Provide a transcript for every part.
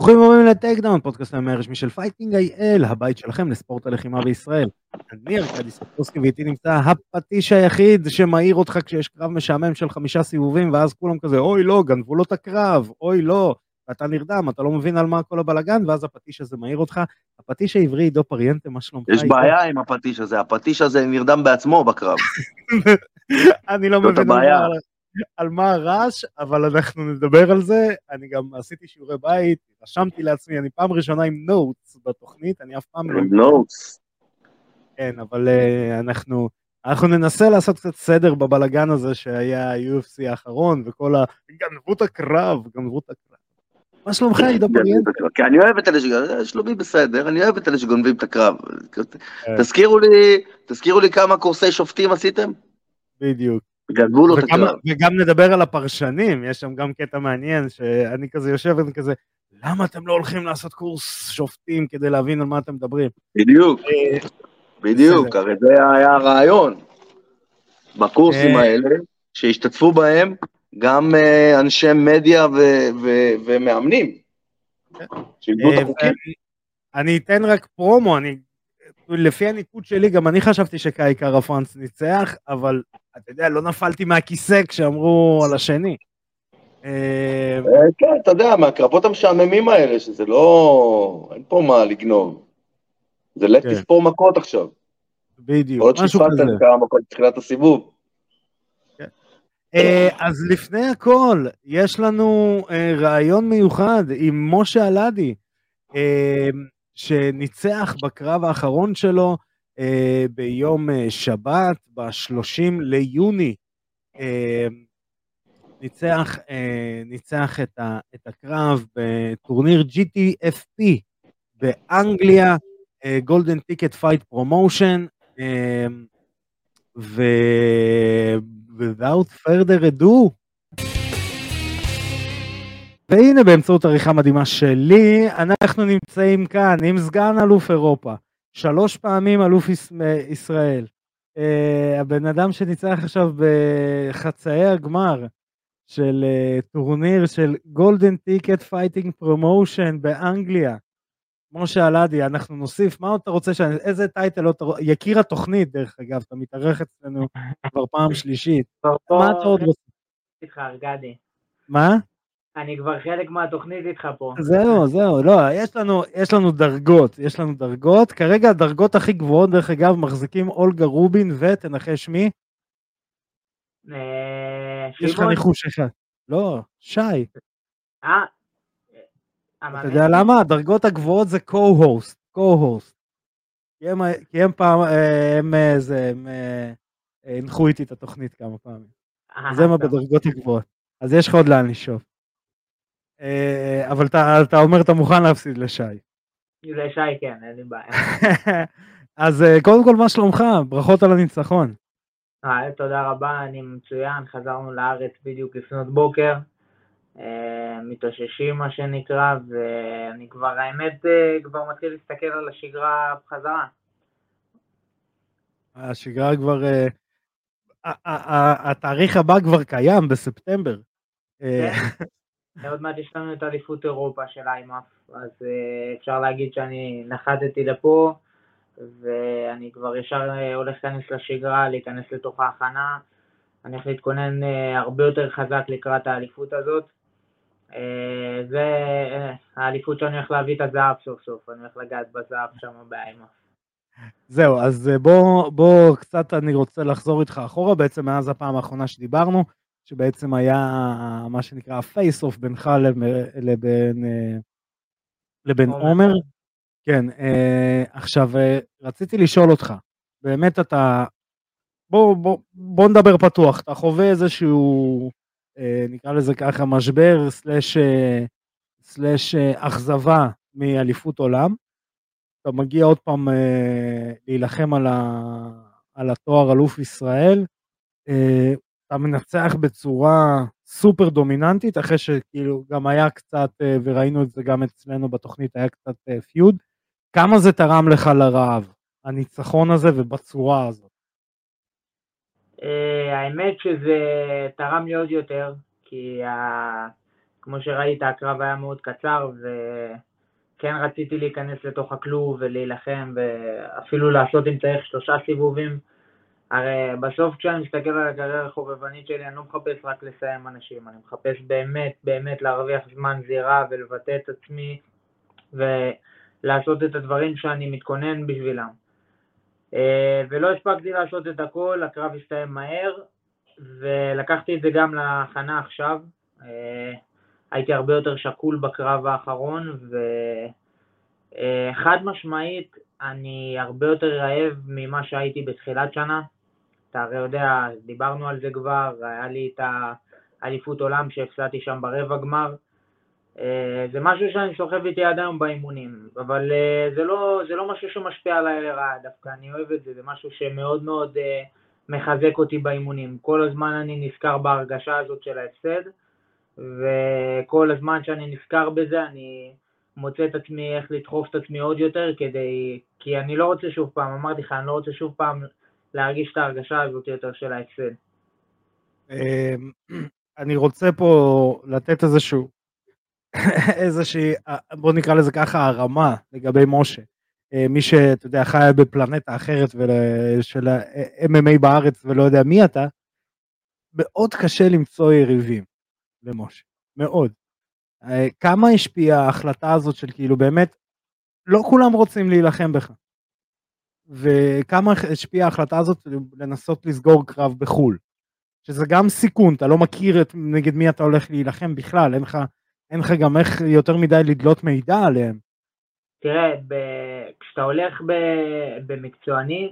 ברוכים הבאים לטייקדאון, פודקאסט הרשמי של פייטינג איי-אל, הבית שלכם לספורט הלחימה בישראל. אני ארכדי סקופוסקי ואיתי נמצא הפטיש היחיד שמעיר אותך כשיש קרב משעמם של 5 סיבובים, ואז כולם כזה, אוי לא, גנבו לו את הקרב, אוי לא, ואתה נרדם, אתה לא מבין על מה כל הבלגן, ואז הפטיש הזה מעיר אותך. הפטיש העברי, עידו פריאנטה, מה שלומך? יש בעיה עם הפטיש הזה נרדם בעצמו בקרב. אני לא מבין על מה הרעש, אבל אנחנו נדבר על זה. אני גם עשיתי שיעורי בית, רשמתי לעצמי, אני פעם ראשונה עם נוטס בתוכנית, אני אף פעם לא עם נוטס. כן, אבל אנחנו ננסה לעשות קצת סדר בבלגן הזה שהיה ה-UFC האחרון, וכל גנבו את הקרב. מה שלומך, עידו פריאנטה? כי אני אוהב את אלה שלומי בסדר, אני אוהב את אלה שגונבים את הקרב. תזכירו לי כמה קורסי שופטים עשיתם? בדיוק. גנבו לו את הקרב. וגם נדבר על הפרשנים, יש שם גם קטע מעניין, שאני כזה יושב ואני כזה, למה אתם לא הולכים לעשות קורס שופטים כדי להבין על מה אתם מדברים? בדיוק, הרי זה היה הרעיון. בקורסים האלה, שהשתתפו בהם גם אנשי מדיה ומאמנים. שילדו את החוקים. אני אתן רק פרומו, לפי הניקוד שלי, גם אני חשבתי שקאי קארה פרנס ניצח, אבל אתה יודע, לא נפלתי מהכיסא כשאמרו על השני. כן, אתה יודע, מהקרבות המשעממים האלה, שזה לא, אין פה מה לגנוב. זה לך תספור מכות עכשיו. בדיוק, עוד שפטת כמה מכות בתחילת הסיבוב. אז לפני הכל, יש לנו רעיון מיוחד עם משה אלעדי, שניצח בקרב האחרון שלו ביום שבת, ב-30 ליוני. ניצח את הקרב בטורניר GTFP באנגליה, גולדן טיקט פייט פרומושן, without further ado, והנה באמצעות עריכה מדהימה שלי, אנחנו נמצאים כאן עם סגן אלוף אירופה, 3 פעמים אלוף ישראל, הבן אדם שניצח עכשיו בחצאי הגמר של טורניר של גולדן טיקט פייטינג פרומושן באנגליה, משה אלעדי. אנחנו נוסיף, מה אתה רוצה, איזה טייטל, יקיר התוכנית דרך אגב, אתה מתארח אצלנו כבר פעם שלישית, מה אתה עוד רוצה? איתך ארגדי. מה? אני כבר חלק מהתוכנית איתך פה. זהו, לא, יש לנו דרגות, כרגע הדרגות הכי גבוהות דרך אגב מחזיקים אולגה רובין ותנחש מי? יש לך ניחוש אחד. לא, שי. אתה יודע למה? הדרגות הגבוהות זה co-host. כי הם פעם, הם הנחו איתי את התוכנית כמה פעמים. אז הם בדרגות הגבוהות. אז יש לך עוד לאן לשאוף. אבל אתה אומר, אתה מוכן להפסיד לשי. לשי כן, אין לי בעיה. אז קודם כל, מה שלומך? ברכות על הניצחון. תודה רבה, אני מצוין, חזרנו לארץ בדיוק לפנות בוקר, מתאוששים מה שנקרא, ואני כבר, האמת, כבר מתחיל להסתכל על השגרה בחזרה. השגרה כבר, התאריך הבא כבר קיים בספטמבר. כן. עוד מעט יש לנו את אליפות אירופה של איימאף, אז אפשר להגיד שאני נחתתי לפה, ואני כבר ישר הולך להיכנס לשגרה, להיכנס לתוך ההכנה, אני הולך להתכונן הרבה יותר חזק לקראת האליפות הזאת, והאליפות שאני הולך להביא את הזהב סוף סוף, אני הולך לגעת בזהב שם באיימאף. זהו, אז בוא קצת אני רוצה לחזור איתך אחורה, בעצם מאז הפעם האחרונה שדיברנו, שבעצם היה מה שנקרא פייס אוף בינך לבין עומר. כן, עכשיו רציתי לשאול אותך, באמת אתה, בוא נדבר פתוח, אתה חווה איזשהו, נקרא לזה ככה, משבר סלש אכזבה מאליפות עולם, אתה מגיע עוד פעם להילחם על התואר אלוף ישראל, אתה מנצח בצורה סופר דומיננטית, אחרי שכאילו גם היה קצת, וראינו את זה גם אצלנו בתוכנית, היה קצת פיוד, כמה זה תרם לך לרעב, הניצחון הזה ובצורה הזאת? האמת שזה תרם לי עוד יותר, כי כמו שראית, הקרב היה מאוד קצר, וכן רציתי להיכנס לתוך הכלוב ולהילחם, ואפילו לעשות אם צריך 3 סיבובים. הרי בסוף כשאני מסתכל על הקריירה החובבנית שלי, אני לא מחפש רק לסיים אנשים, אני מחפש באמת, באמת להרוויח זמן זירה ולבטא את עצמי, ולעשות את הדברים שאני מתכונן בשבילם. ולא הספקתי לעשות את הכל, הקרב הסתיים מהר, ולקחתי את זה גם להכנה עכשיו. הייתי הרבה יותר שקול בקרב האחרון, וחד משמעית אני הרבה יותר רעב ממה שהייתי בתחילת שנה. אתה הרי יודע, דיברנו על זה כבר, היה לי את האליפות עולם שהפסדתי שם ברבע גמר. זה משהו שאני סוחב איתי עד היום באימונים, אבל זה לא משהו שמשפיע עליי לרעה, דווקא אני אוהב את זה, זה משהו שמאוד מאוד מחזק אותי באימונים. כל הזמן אני נזכר בהרגשה הזאת של ההפסד, וכל הזמן שאני נזכר בזה אני מוצא את עצמי איך לדחוף את עצמי עוד יותר, כי אני לא רוצה שוב פעם, אמרתי לך, אני לא רוצה שוב פעם להרגיש את ההרגשה הזאת יותר של ההפסד. אני רוצה פה לתת איזושהי, בוא נקרא לזה ככה, הרמה לגבי משה. מי שאתה יודע, חי בפלנטה אחרת של ה-MMA בארץ ולא יודע מי אתה, מאוד קשה למצוא יריבים למשה, מאוד. כמה השפיעה ההחלטה הזאת של כאילו באמת, לא כולם רוצים להילחם בך, וכמה השפיעה ההחלטה הזאת לנסות לסגור קרב בחול, שזה גם סיכון, אתה לא מכיר נגד מי אתה הולך להילחם בכלל, אין לך גם איך יותר מדי לדלות מידע עליהם. תראה, כשאתה הולך במקצועני,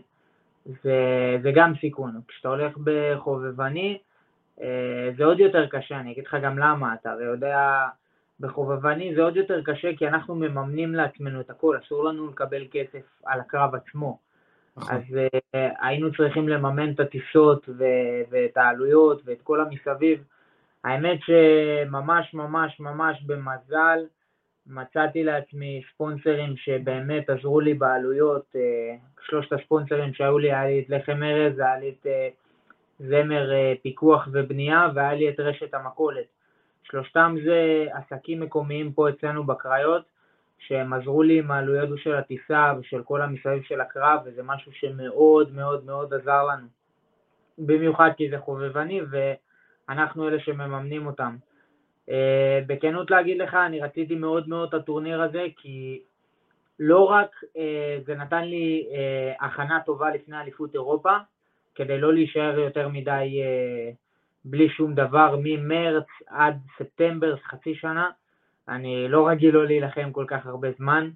זה גם סיכון. כשאתה הולך בחובבני, זה עוד יותר קשה. אני אגיד לך גם למה. אתה הרי יודע, בחובבני זה עוד יותר קשה, כי אנחנו מממנים לעצמנו את הכל. אסור לנו לקבל כסף על הקרב עצמו. אז היינו צריכים לממן את הטיסות ואת העלויות ואת כל המסביב. האמת שממש ממש ממש במזל מצאתי לעצמי ספונסרים שבאמת עזרו לי בעלויות. 3 הספונסרים שהיו לי, היה לי את לחם ארז, היה לי את זמר פיקוח ובנייה, והיה לי את רשת המכולת. 3 זה עסקים מקומיים פה אצלנו בקריות, שהם עזרו לי עם העלויות של הטיסה ושל כל המסביב של הקרב, וזה משהו שמאוד מאוד מאוד עזר לנו. במיוחד כי זה חובבני, ואנחנו אלה שמממנים אותם. בכנות להגיד לך, אני רציתי מאוד מאוד את הטורניר הזה, כי לא רק זה נתן לי הכנה טובה לפני אליפות אירופה, כדי לא להישאר יותר מדי בלי שום דבר, ממרץ עד ספטמבר, חצי שנה, אני לא רגיל לא להילחם כל כך הרבה זמן.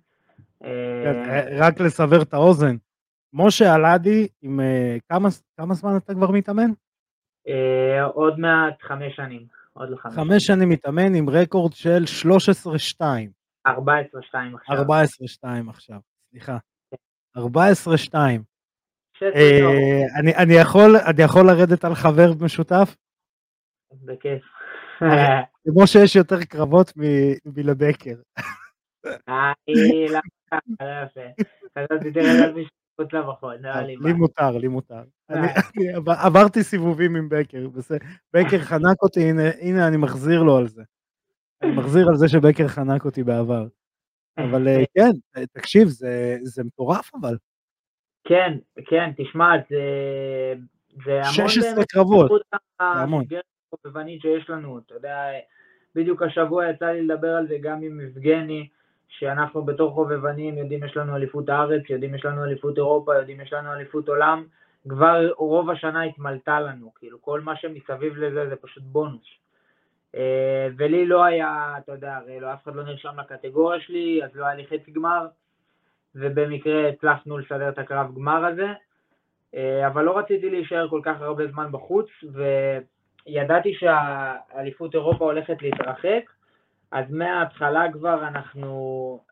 רק לסבר את האוזן, משה אלעדי, עם כמה זמן אתה כבר מתאמן? עוד מעט 5 שנים. 5 שנים מתאמן עם רקורד של 13-2. 14-2 עכשיו. 14-2 עכשיו, סליחה. 14-2. אני יכול לרדת על חבר משותף? בכיף. כמו שיש יותר קרבות מלבקר. לא יפה. חזרתי תראה על מישהו חוץ למכון. לי מותר. אני עברתי סיבובים עם בקר. בקר חנק אותי, הנה אני מחזיר לו על זה. אני מחזיר על זה שבקר חנק אותי בעבר. אבל כן, תקשיב, זה מטורף אבל. כן, תשמע, זה המון 16 קרבות. המסגרת החובבנית שיש לנו, אתה יודע, בדיוק השבוע יצא לי לדבר על זה גם עם יבגני, שאנחנו בתור חובבנים יודעים יש לנו אליפות הארץ, יודעים יש לנו אליפות אירופה, יודעים יש לנו אליפות עולם, כבר רוב השנה התמלתה לנו, כאילו כל מה שמסביב לזה זה פשוט בונוס. ולי לא היה, אתה יודע, הרי לא, אף אחד לא נרשם לקטגוריה שלי, אז לא היה לי חצי גמר, ובמקרה הצלחנו לסדר את הקרב גמר הזה, אבל לא רציתי להישאר כל כך הרבה זמן בחוץ, וידעתי שהאליפות אירופה הולכת להתרחק, אז מההתחלה כבר אנחנו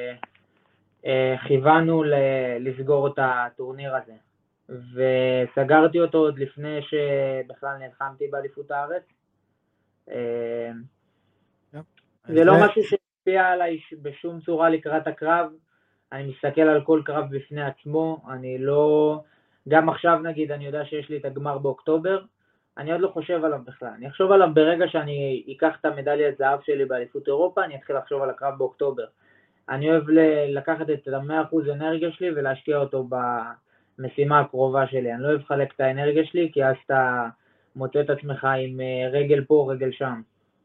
כיוונו לסגור את הטורניר הזה, וסגרתי אותו עוד לפני שבכלל נלחמתי באליפות הארץ. זה לא משהו שהשפיע עליי בשום צורה לקראת הקרב, אני מסתכל על כל קרב בפני עצמו, אני לא, גם עכשיו נגיד אני יודע שיש לי את הגמר באוקטובר, אני עוד לא חושב עליו בכלל. אני אחשוב עליו ברגע שאני אקח את המדליית זהב שלי באליפות אירופה, אני אתחיל לחשוב על הקרב באוקטובר. אני אוהב לקחת את ה-100% אנרגיה שלי ולהשקיע אותו במשימה הקרובה שלי. אני לא אוהב לחלק את האנרגיה שלי, כי אז אתה מוצא את עצמך עם רגל פה, רגל שם.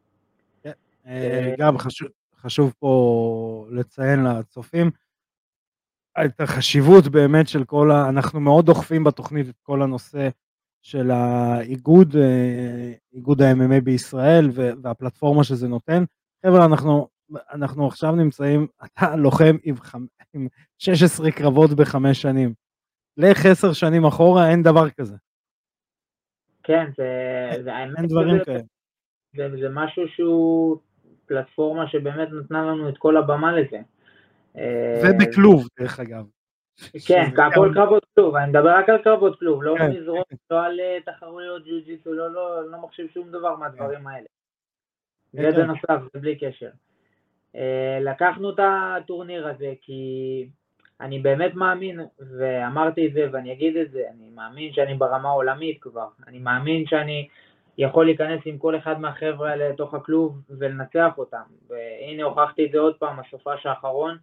גם חשוב פה לציין לצופים, את החשיבות באמת של אנחנו מאוד דוחפים בתוכנית את כל הנושא של האיגוד, איגוד ה-MMA בישראל והפלטפורמה שזה נותן. חבר'ה, אנחנו עכשיו נמצאים, אתה לוחם עם 16 קרבות ב5 שנים. לך 10 שנים אחורה, אין דבר כזה. כן, אין דברים כאלה. זה משהו שהוא פלטפורמה שבאמת נתנה לנו את כל הבמה לזה. ובכלוב, דרך אגב. כן, הכל קרבות כלוב, אני מדבר רק על קרבות כלוב, לא מזרום, לא על תחרויות ג'יו-ג'יטסו, לא מחשיב שום דבר מהדברים האלה. זה בנוסף, זה בלי קשר. לקחנו את הטורניר הזה כי אני באמת מאמין, ואמרתי את זה ואני אגיד את זה, אני מאמין שאני ברמה עולמית כבר, אני מאמין שאני יכול להיכנס עם כל אחד מהחבר'ה האלה לתוך הכלוב ולנצח אותם, והנה הוכחתי את זה עוד פעם, הסופש האחרון,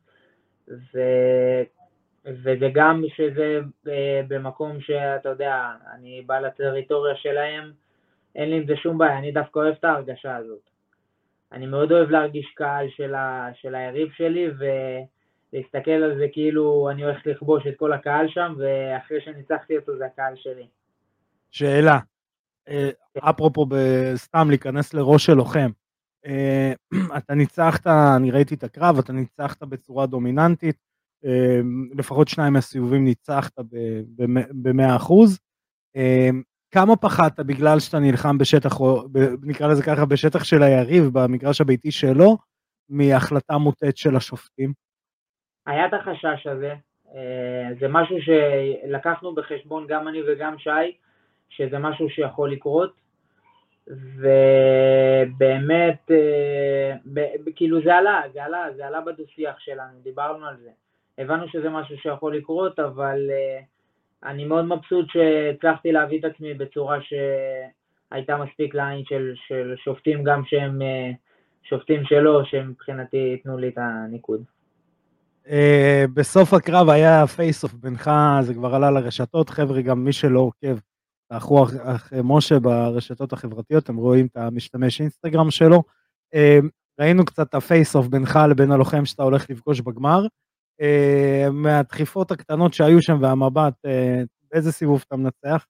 וזה גם שזה במקום שאתה יודע, אני בא לטריטוריה שלהם, אין לי עם זה שום בעיה, אני דווקא אוהב את ההרגשה הזאת. אני מאוד אוהב להרגיש קהל של היריב שלי, ולהסתכל על זה כאילו אני הולך לכבוש את כל הקהל שם, ואחרי שניצחתי אותו זה הקהל שלי. שאלה, אפרופו סתם להיכנס לראש של לוחם, אתה ניצחת, אני ראיתי את הקרב, אתה ניצחת בצורה דומיננטית, לפחות 2 מהסיבובים ניצחת ב100%, כמה פחדת בגלל שאתה נלחם בשטח, נקרא לזה ככה, בשטח של היריב, במגרש הביתי שלו, מהחלטה מוטעת של השופטים? היה את החשש הזה, זה משהו שלקחנו בחשבון גם אני וגם שי, שזה משהו שיכול לקרות, ובאמת, כאילו זה עלה בדו-שיח שלנו, דיברנו על זה. הבנו שזה משהו שיכול לקרות, אבל אני מאוד מבסוט שהצלחתי להביא את עצמי בצורה שהייתה מספיק לעין של שופטים, גם שהם שופטים שלו, שמבחינתי ייתנו לי את הניקוד. בסוף הקרב היה פייס-אוף בינך, זה כבר עלה לרשתות, חבר'ה, גם מי שלא עוקב, תאחרו אחרי משה ברשתות החברתיות, אתם רואים את המשתמש אינסטגרם שלו, ראינו קצת את הפייס-אוף בינך לבין הלוחם שאתה הולך לפגוש בגמר, מהדחיפות הקטנות שהיו שם והמבט, איזה סיבוב אתה מנצח?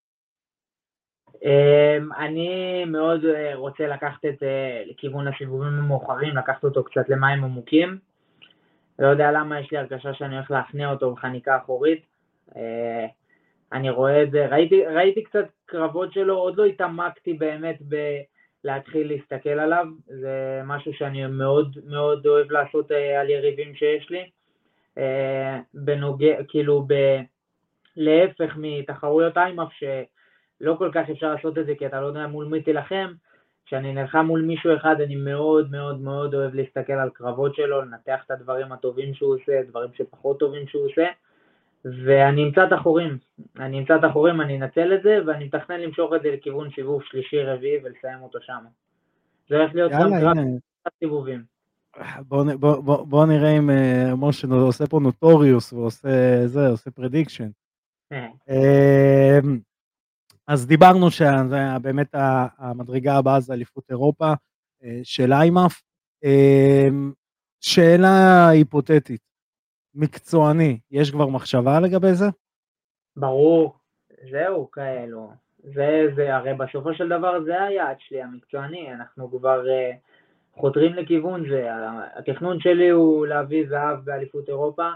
אני מאוד רוצה לקחת את לכיוון הסיבובים המאוחרים, לקחת אותו קצת למים עמוקים, לא יודע למה יש לי הרגשה שאני הולך להכניע אותו בחניקה אחורית, אני רואה את זה, ראיתי קצת קרבות שלו, עוד לא התעמקתי באמת להתחיל להסתכל עליו, זה משהו שאני מאוד מאוד אוהב לעשות על יריבים שיש לי, בנוגע, כאילו להפך מתחרויות איימאף שלא כל כך אפשר לעשות את זה כי אתה לא יודע מול מי תילחם, כשאני נלחם מול מישהו אחד אני מאוד מאוד מאוד אוהב להסתכל על קרבות שלו, לנתח את הדברים הטובים שהוא עושה, דברים שפחות טובים שהוא עושה, ואני אמצא את החורים, אני אנצל את זה ואני מתכנן למשוך את זה לכיוון סיבוב שלישי רביעי ולסיים אותו שם. זה הולך להיות גם קרב סיבובים. בוא נראה אם משה עושה פה נוטוריוס ועושה פרדיקשן. אז דיברנו שבאמת המדרגה הבאה זה אליפות אירופה של איימאף. שאלה היפותטית, מקצועני, יש כבר מחשבה לגבי זה? ברור, זהו כאלו. זה הרי בסופו של דבר זה היעד שלי המקצועני, אנחנו כבר חותרים לכיוון זה, התכנון שלי הוא להביא זהב באליפות אירופה,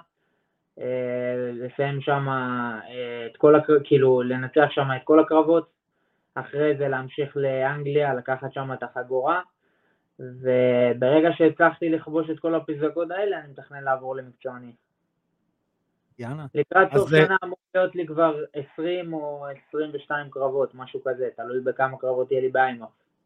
לסיים שם את כל כאילו לנצח שם את כל הקרבות, אחרי זה להמשיך לאנגליה, לקחת שם את החגורה, וברגע שהצלחתי לכבוש את כל הפזקות האלה, אני מתכנן לעבור למקצועני. יאללה. לקראת סוף שנה אמור להיות לי כבר 20 או 22 קרבות, משהו כזה, תלוי בכמה קרבות יהיה לי באיימאף.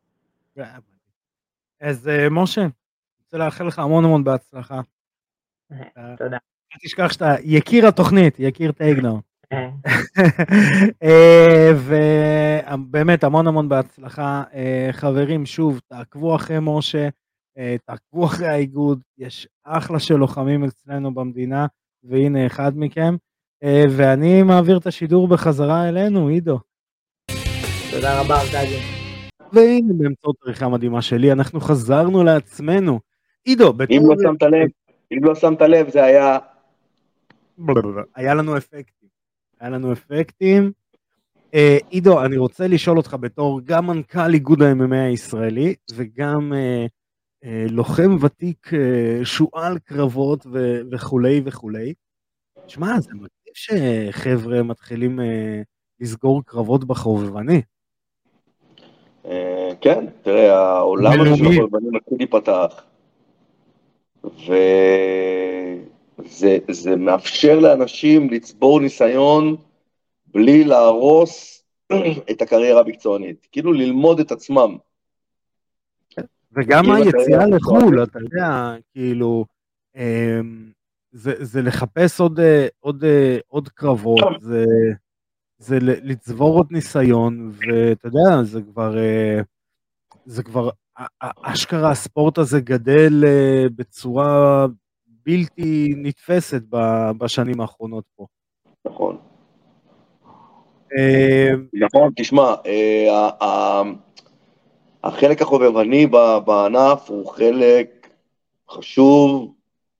אז משה, אני רוצה לאחל לך המון המון בהצלחה. תודה. תשכח שאתה יקיר התוכנית, יקיר טייגדאון. באמת המון המון בהצלחה. חברים, שוב, תעקבו אחרי משה, תעקבו אחרי האיגוד, יש אחלה של לוחמים אצלנו במדינה, והנה אחד מכם, ואני מעביר את השידור בחזרה אלינו, עידו. תודה רבה, ארגדי. והנה באמצעות עריכה מדהימה שלי, אנחנו חזרנו לעצמנו. עידו, בתור... אם לא שמת לב, זה היה... היה לנו אפקטים. עידו, אני רוצה לשאול אותך בתור גם מנכ"ל איגוד ה-MMA הישראלי, וגם לוחם ותיק, שואל קרבות וכולי וכולי. שמע, זה מגניב שחבר'ה מתחילים לסגור קרבות בחובבני. כן, תראה, העולם הזה של החובבני מתחיל להיפתח, וזה מאפשר לאנשים לצבור ניסיון בלי להרוס את הקריירה המקצוענית, כאילו ללמוד את עצמם. וגם היציאה לחול, אתה יודע, כאילו, זה לחפש עוד קרבות, זה לצבור עוד ניסיון, ואתה יודע, זה כבר, אשכרה הספורט הזה גדל בצורה בלתי נתפסת בשנים האחרונות פה. נכון. נכון, תשמע, החלק החובבני בענף הוא חלק חשוב,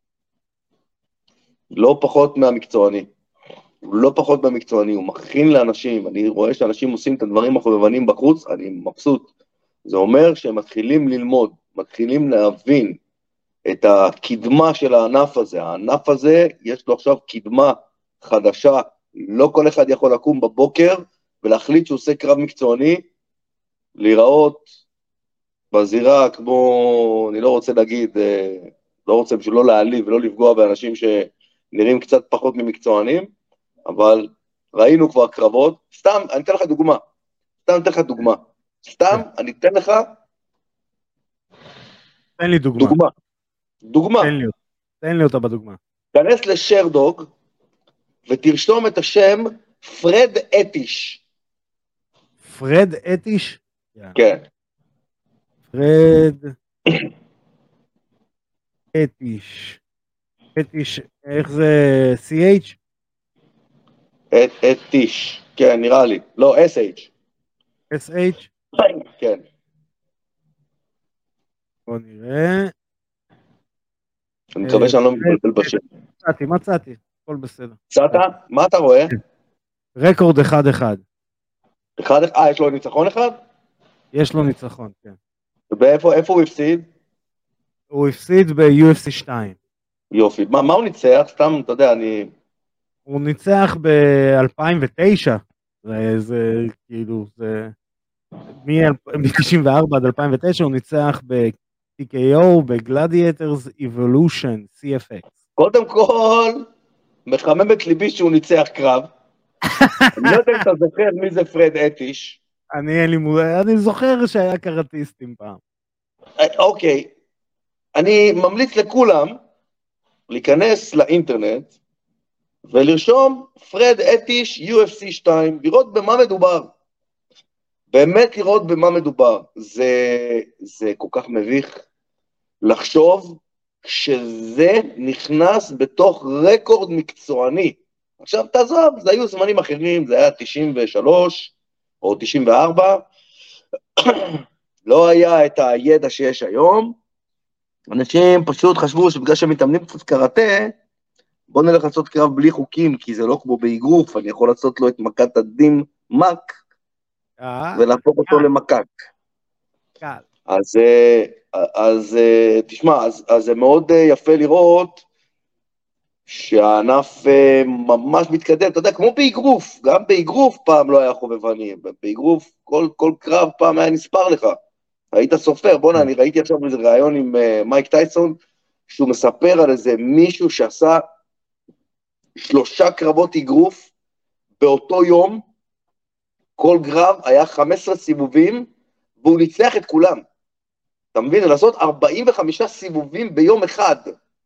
לא פחות מהמקצועני. הוא לא פחות מהמקצועני, הוא מכין לאנשים, אני רואה שאנשים עושים את הדברים החובבניים בחוץ, אני מבסוט. זה אומר שהם מתחילים ללמוד, מתחילים להבין את הקדמה של הענף הזה. הענף הזה יש לו עכשיו קדמה חדשה, לא כל אחד יכול לקום בבוקר ולהחליט שהוא עושה קרב מקצועני, להיראות בזירה כמו, אני לא רוצה להגיד, לא רוצה בשביל לא להעליב ולא לפגוע באנשים שנראים קצת פחות ממקצוענים, אבל ראינו כבר קרבות, סתם, אני אתן לך דוגמה, אני אתן לך, תן לי דוגמה. תן לי אותה בדוגמה. כנס לשרדוג, ותרשום את השם פרד אטיש. פרד אטיש? כן. פרד אטיש. אטיש, איך זה? CH? אטיש, כן, נראה לי. לא, SH. SH? כן. בוא נראה. אני מקווה שאני לא מתבלבל בשם. מצאתי, הכל בסדר. מצאת? מה אתה רואה? רקורד 1-1. יש לו ניצחון אחד? יש לו ניצחון, כן. ואיפה הוא הפסיד? הוא הפסיד ב-UFC 2. יופי. מה הוא ניצח? סתם, אתה יודע, הוא ניצח ב-2009. זה כאילו, זה... מ-94 עד 2009 הוא ניצח ב-TKO, ב-Gladiators Evolution, CFX. קודם כל, מחמם את ליבי שהוא ניצח קרב. אני לא יודע אם אתה זוכר מי זה פרד אטיש. אני זוכר שהיה קראטיסטים פעם. אוקיי. אני ממליץ לכולם להיכנס לאינטרנט ולרשום פרד אטיש UFC 2, לראות במה מדובר. באמת לראות במה מדובר. זה כל כך מביך לחשוב שזה נכנס בתוך רקורד מקצועני. עכשיו תעזוב, זה היו זמנים אחרים, זה היה 93 או 94, לא היה את הידע שיש היום, אנשים פשוט חשבו שבגלל שהם מתאמנים קצת קראטה, בוא נלך לעשות קרב בלי חוקים, כי זה לא כמו באגרוף, אני יכול לעשות לו את מכת הדין מק, ולהפוך אותו למקק. אז תשמע, אז זה מאוד יפה לראות שהענף ממש מתקדם, אתה יודע, כמו באגרוף, גם באגרוף פעם לא היה חובבני, באגרוף כל קרב פעם היה נספר לך, היית סופר, בוא'נה, אני ראיתי עכשיו איזה רעיון עם מייק טייסון, שהוא מספר על איזה מישהו שעשה 3 קרבות אגרוף באותו יום, כל קרב היה 15 סיבובים, והוא ניצח את כולם. אתה מבין? לעשות 45 סיבובים ביום אחד.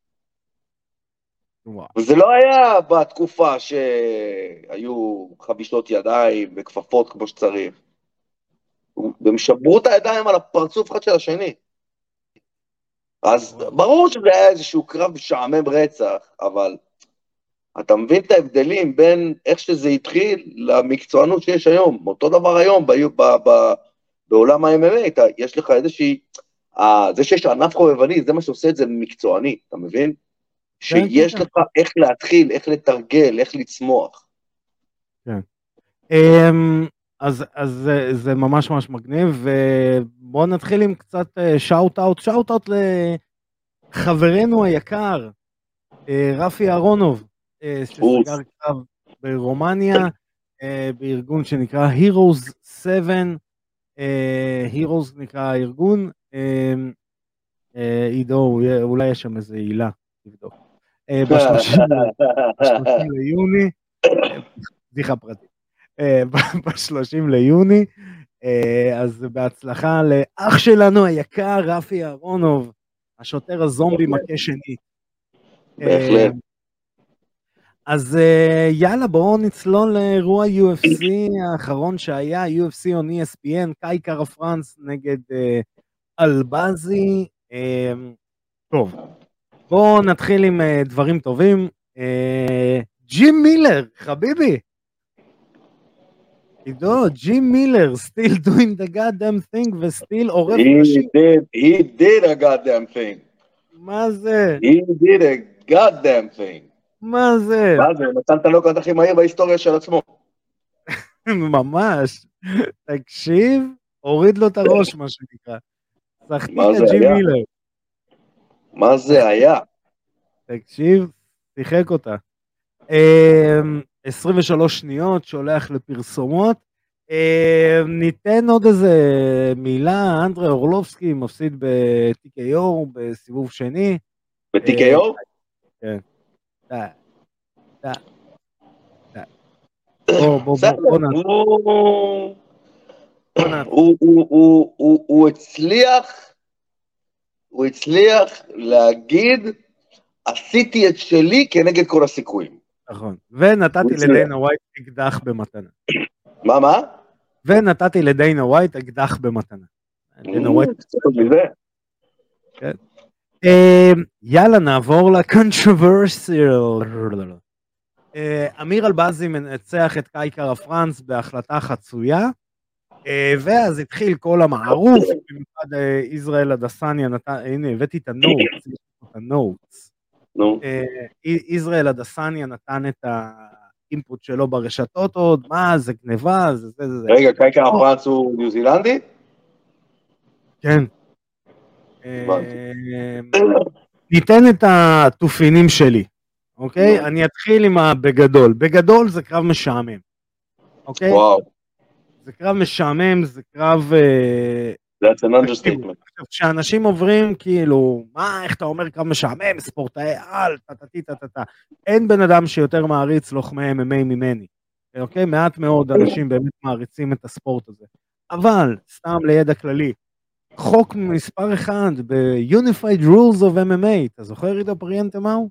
וזה לא היה בתקופה שהיו חבישות ידיים וכפפות כמו שצריך. והם שברו את הידיים על הפרצוף אחד של השני. אז ברור שזה היה איזשהו קרב משעמם רצח, אבל אתה מבין את ההבדלים בין איך שזה התחיל למקצוענות שיש היום. אותו דבר היום בעולם ה-MMA, יש לך איזושהי, זה שיש ענף חובבני, זה מה שעושה את זה מקצועני, אתה מבין? שיש לך איך להתחיל, איך לתרגל, איך לצמוח. כן. אז זה ממש ממש מגניב, ובואו נתחיל עם קצת שאוט-אוט לחברנו היקר, רפי אהרונוב, שסגר קרב ברומניה, בארגון שנקרא Heroes 7, Heroes נקרא הארגון, עידו, אולי יש שם איזה עילה, תבדוק. ב-30 ליוני, בדיחה פרטית, ב-30 ליוני, אז בהצלחה לאח שלנו היקר, רפי אהרונוב, השוטר הזומבי מכה שני. בהחלט. אז יאללה, בואו נצלול לאירוע UFC האחרון שהיה, UFC on ESPN, קאי קארה פרנס נגד אלבזי. טוב, בואו נתחיל עם דברים טובים. ג'ים מילר, חביבי. עידו, ג'ים מילר, still doing the goddamn thing וסטיל עורף ראשי. He did a goddamn thing. מה זה? He did a goddamn thing. מה זה? מה זה? נתן את הנוקאוט הכי מהיר בהיסטוריה של עצמו. ממש. תקשיב, הוריד לו את הראש, מה שנקרא. שחתי מה זה את ג'ים היה? מילר. מה זה היה? תקשיב, שיחק אותה. 23 שניות, שולח לפרסומות. ניתן עוד איזה מילה, אנדרי אורלובסקי מפסיד ב-TKO בסיבוב שני. ב-TKO? כן. בוא נעשה. הוא הצליח להגיד, עשיתי את שלי כנגד כל הסיכויים. נכון, ונתתי לדיינה ווייט אקדח במתנה. מה? ונתתי לדיינה ווייט אקדח במתנה. דיינה ווייט. יאללה, נעבור לקונטרוברסיאל. אמיר אלבזי מנצח את קאי קארה פרנס בהחלטה חצויה, ואז התחיל כל המערוף, במיוחד ישראל אדסניה נתן, הנה הבאתי את הנוטס, ישראל אדסניה נתן את האינפוט שלו ברשתות עוד, מה זה גניבה, זה. רגע, קאי קארה פרנס הוא ניו זילנדי? כן. ניתן את התופינים שלי, אוקיי? אני אתחיל עם בגדול. בגדול זה קרב משעמם, אוקיי? וואו. זה קרב משעמם, זה קרב... That's an understatement. כשאנשים עוברים כאילו, איך אתה אומר קרב משעמם, ספורטאי על, אין בן אדם שיותר מעריץ לוחמי MMA ממני, אוקיי? מעט מאוד אנשים באמת מעריצים את הספורט הזה. אבל, סתם לידע כללי, חוק מספר אחד ב-Unified Rules of MMA, אתה זוכר עידו פריאנטה מהו?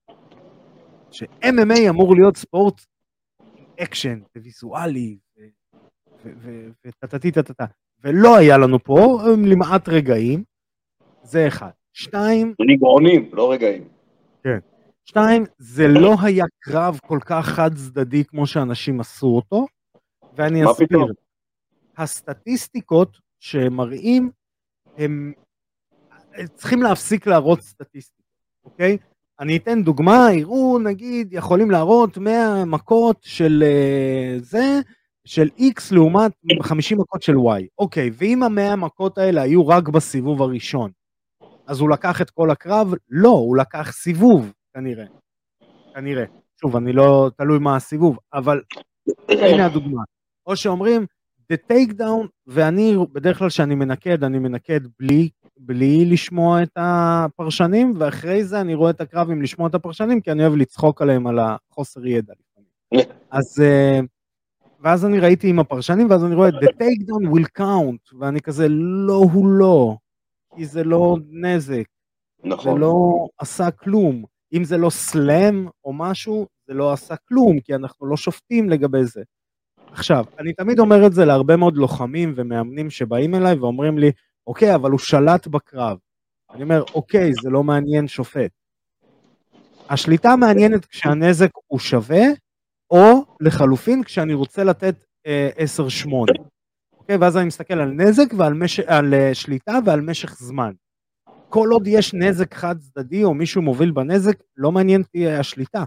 ש-MMA אמור להיות ספורט עם אקשן וויזואלי וטטטטטטטט, ולא היה לנו פה למעט רגעים, זה אחד. 2, רגעונים, לא רגעים. כן. 2, זה לא היה קרב כל כך חד צדדי כמו שאנשים עשו אותו, ואני אסביר. הסטטיסטיקות שמראים הם צריכים להפסיק להראות סטטיסטיקות, אוקיי? אני אתן דוגמה, יראו נגיד יכולים להראות 100 מכות של זה, של X לעומת 50 מכות של Y, אוקיי, ואם ה100 מכות האלה היו רק בסיבוב הראשון, אז הוא לקח את כל הקרב? לא, הוא לקח סיבוב, כנראה, שוב, אני לא תלוי מה הסיבוב, אבל הנה הדוגמה, או שאומרים, the takedown, ואני בדרך כלל שאני מנקד, אני מנקד בלי לשמוע את הפרשנים, ואחרי זה אני רואה את הקרב עם לשמוע את הפרשנים, כי אני אוהב לצחוק עליהם על החוסר ידע. אז, ואז אני ראיתי עם הפרשנים, ואז אני רואה, the takedown will count, ואני כזה, לא, הוא לא, כי זה לא נזק, נכון. זה לא עשה כלום, אם זה לא סלאם או משהו, זה לא עשה כלום, כי אנחנו לא שופטים לגבי זה. עכשיו, אני תמיד אומר את זה להרבה מאוד לוחמים ומאמנים שבאים אליי ואומרים לי, אוקיי, אבל הוא שלט בקרב. אני אומר, אוקיי, זה לא מעניין שופט. השליטה מעניינת כשהנזק הוא שווה, או לחלופין כשאני רוצה לתת 10-8. אוקיי, ואז אני מסתכל על נזק על שליטה ועל משך זמן. כל עוד יש נזק חד צדדי או מישהו מוביל בנזק, לא מעניין אותי השליטה.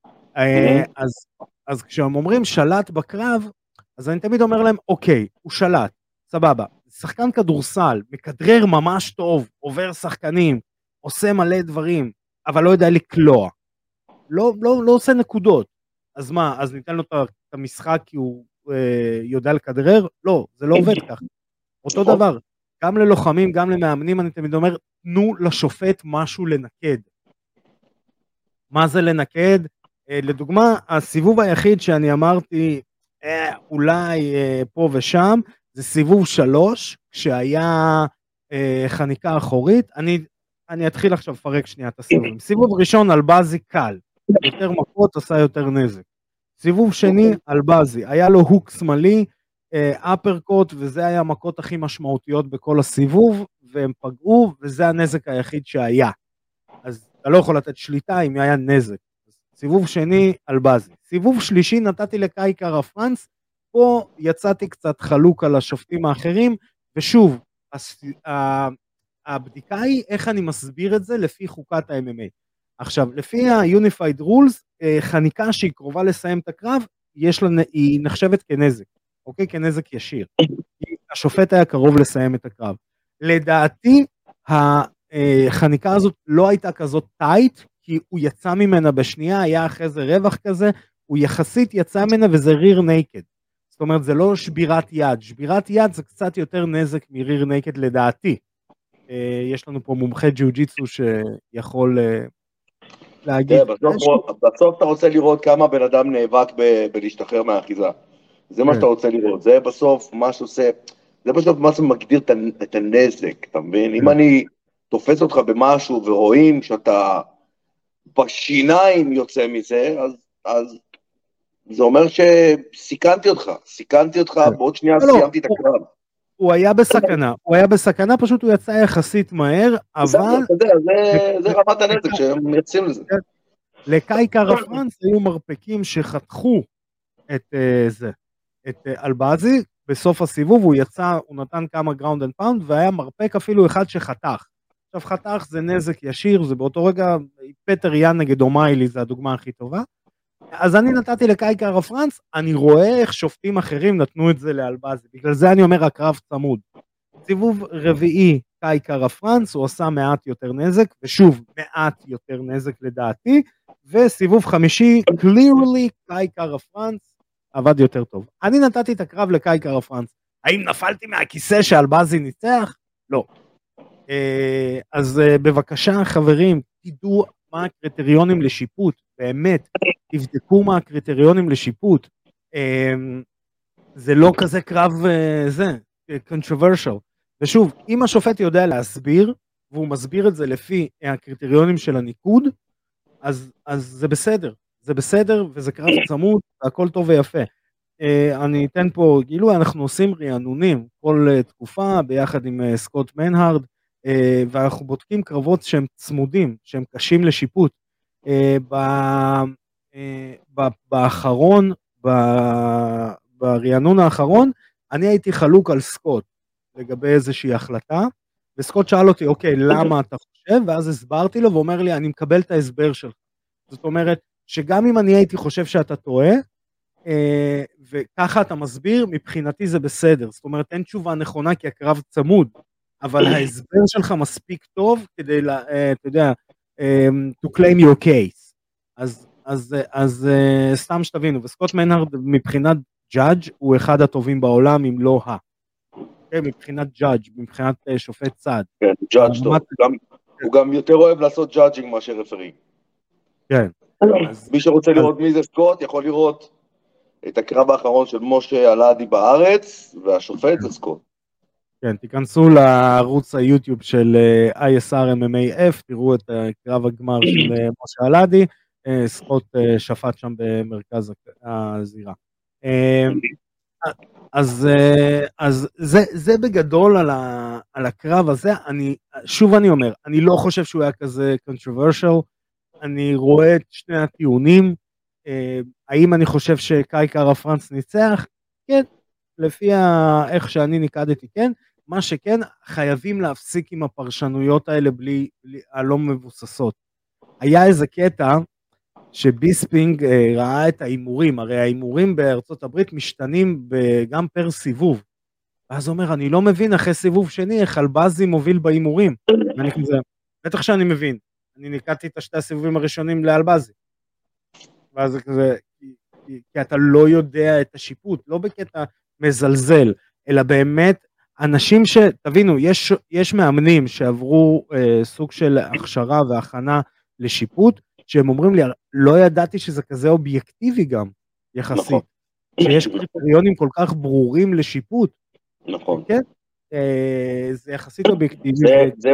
אז כשהם אומרים שלט בקרב, אז אני תמיד אומר להם, אוקיי, הוא שלט, סבבה. שחקן כדורסל, מקדרר ממש טוב, עובר שחקנים, עושה מלא דברים, אבל לא יודע לקלוע. לא עושה נקודות. אז מה, אז ניתן לו את המשחק כי הוא יודע לכדרר? לא, זה לא עובד ככה. אותו דבר, גם ללוחמים, גם למאמנים, אני תמיד אומר, תנו לשופט משהו לנקד. מה זה לנקד? לדוגמה, הסיבוב היחיד שאני אמרתי, אולי פה ושם, זה סיבוב 3, כשהיה חניקה אחורית. אני אתחיל עכשיו לפרק שנייה את הסיבוב. סיבוב ראשון על בזי קל, יותר מכות עשה יותר נזק. סיבוב שני על בזי, היה לו הוק שמאלי, אפרקוט, וזה היה המכות הכי משמעותיות בכל הסיבוב, והם פגעו, וזה הנזק היחיד שהיה. אז אתה לא יכול לתת שליטה אם היה נזק. סיבוב שני על בזי. סיבוב שלישי נתתי לקאי קארה פרנס, פה יצאתי קצת חלוק על השופטים האחרים, ושוב, הבדיקה היא איך אני מסביר את זה לפי חוקת ה-MMA. עכשיו, לפי ה-Unified Rules, חניקה שהיא קרובה לסיים את הקרב, היא נחשבת כנזק, אוקיי? כנזק ישיר. השופט היה קרוב לסיים את הקרב. לדעתי, החניקה הזאת לא הייתה כזאת טייט, כי הוא יצא ממנה בשנייה, היה אחרי זה רווח כזה, הוא יחסית יצא ממנה וזה ריר נייקד. זאת אומרת, זה לא שבירת יד. שבירת יד זה קצת יותר נזק מריר נייקד לדעתי. יש לנו פה מומחה ג'יוג'יצו שיכול להגיד. בסוף אתה רוצה לראות כמה בן אדם נאבק בלהשתחרר מהאחיזה. זה מה שאתה רוצה לראות. זה בסוף מה שעושה, זה בסוף מה שמגדיר את הנזק, אתה מבין? אם אני תופס אותך במשהו ורואים שאתה בשיניים יוצא מזה, אז זה אומר שסיכנתי אותך, בעוד שנייה סיימתי את הקרב. הוא היה בסכנה, פשוט הוא יצא יחסית מהר, אבל... זה רמת הנזק שהם יוצאים לזה. לקאי קארה פרנס היו מרפקים שחתכו את אלבזי, בסוף הסיבוב הוא יצא, הוא נתן כמה גראונד אנד פאונד, והיה מרפק אפילו אחד שחתך. עכשיו חתך זה נזק ישיר, זה באותו רגע, פטר יאן נגד אומיילי, זה הדוגמה הכי טובה. אז אני נתתי לקאי קארה פרנס, אני רואה איך שופטים אחרים נתנו את זה לאלבזי, בגלל זה אני אומר הקרב צמוד. סיבוב רביעי קאי קארה פרנס, הוא עשה מעט יותר נזק, ושוב מעט יותר נזק לדעתי, וסיבוב חמישי, clearly קאי קארה פרנס, עבד יותר טוב. אני נתתי את הקרב לקאי קארה פרנס, האם נפלתי מהכיסא שאלבזי ניצח? לא. אז בבקשה חברים, תדעו מה הקריטריונים לשיפוט, באמת, תבדקו מה הקריטריונים לשיפוט, זה לא כזה קרב, זה, controversial, ושוב, אם השופט יודע להסביר, והוא מסביר את זה לפי הקריטריונים של הניקוד, אז זה בסדר, וזה קרב צמוד, והכל טוב ויפה. אני אתן פה, כאילו אנחנו עושים רענונים, כל תקופה, ביחד עם סקוט מנהרד, ואנחנו בודקים קרבות שהם צמודים, שהם קשים לשיפוט. באחרון, ברענון האחרון, אני הייתי חלוק על סקוט, לגבי איזושהי החלטה, וסקוט שאל אותי, אוקיי, למה אתה חושב? ואז הסברתי לו, ואומר לי, אני מקבל את ההסבר שלך. זאת אומרת, שגם אם אני הייתי חושב שאתה טועה, וככה אתה מסביר, מבחינתי זה בסדר. זאת אומרת, אין תשובה נכונה, כי הקרב צמוד, אבל ההסבר שלך מספיק טוב, כדי, אתה יודע, to claim your case. אז סתם שתבינו, וסקוט מנהרד מבחינת ג'אדג' הוא אחד הטובים בעולם, אם לא מבחינת ג'אדג', מבחינת שופט צד. כן, ג'אדג' טוב. הוא גם יותר אוהב לעשות ג'אדג'ינג מאשר רפרי. כן. מי שרוצה לראות מי זה סקוט, יכול לראות את הקרב האחרון של משה אלעדי בארץ, והשופט זה סקוט. כן, תיכנסו לערוץ היוטיוב של ISR MMAF, תראו את קרב הגמר של משה אלעדי, סקוט שפט שם במרכז הזירה. אז זה בגדול על הקרב הזה. שוב אני אומר, אני לא חושב שהוא היה כזה controversial, אני רואה את שני הטיעונים. האם אני חושב שקאי קארה פרנס ניצח? כן, לפי איך שאני ניקדתי, כן. מה שכן, חייבים להפסיק עם הפרשנויות האלה הלא מבוססות. היה איזה קטע שביספינג ראה את האימורים, הרי האימורים בארצות הברית משתנים גם פר סיבוב. ואז הוא אומר, אני לא מבין אחרי סיבוב שני איך אלבזי מוביל באימורים. ואני כזה, בטח שאני מבין. אני ניקדתי את שתי הסיבובים הראשונים לאלבזי. ואז זה כזה, כי אתה לא יודע את השיפוט, לא בקטע מזלזל, אלא באמת אנשים תבינו, יש מאמנים שעברו סוג של הכשרה והכנה לשיפוט, שהם אומרים לי, לא ידעתי שזה כזה אובייקטיבי גם, יחסית. נכון. שיש קריטריונים כל כך ברורים לשיפוט. נכון. כן? זה יחסית אובייקטיבי. זה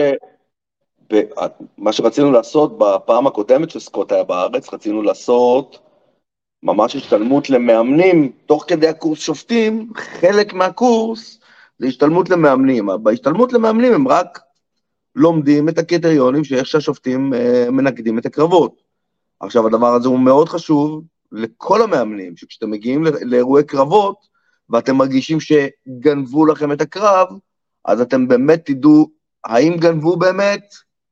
מה שרצינו לעשות בפעם הקודמת שסקוט היה בארץ, רצינו לעשות ממש השתלמות למאמנים, תוך כדי הקורס שופטים, חלק מהקורס זה השתלמות למאמנים. בהשתלמות למאמנים הם רק לומדים את הקריטריונים שאיך שהשופטים מנקדים את הקרבות. עכשיו הדבר הזה הוא מאוד חשוב לכל המאמנים, שכשאתם מגיעים לאירועי קרבות, ואתם מרגישים שגנבו לכם את הקרב, אז אתם באמת תדעו האם גנבו באמת,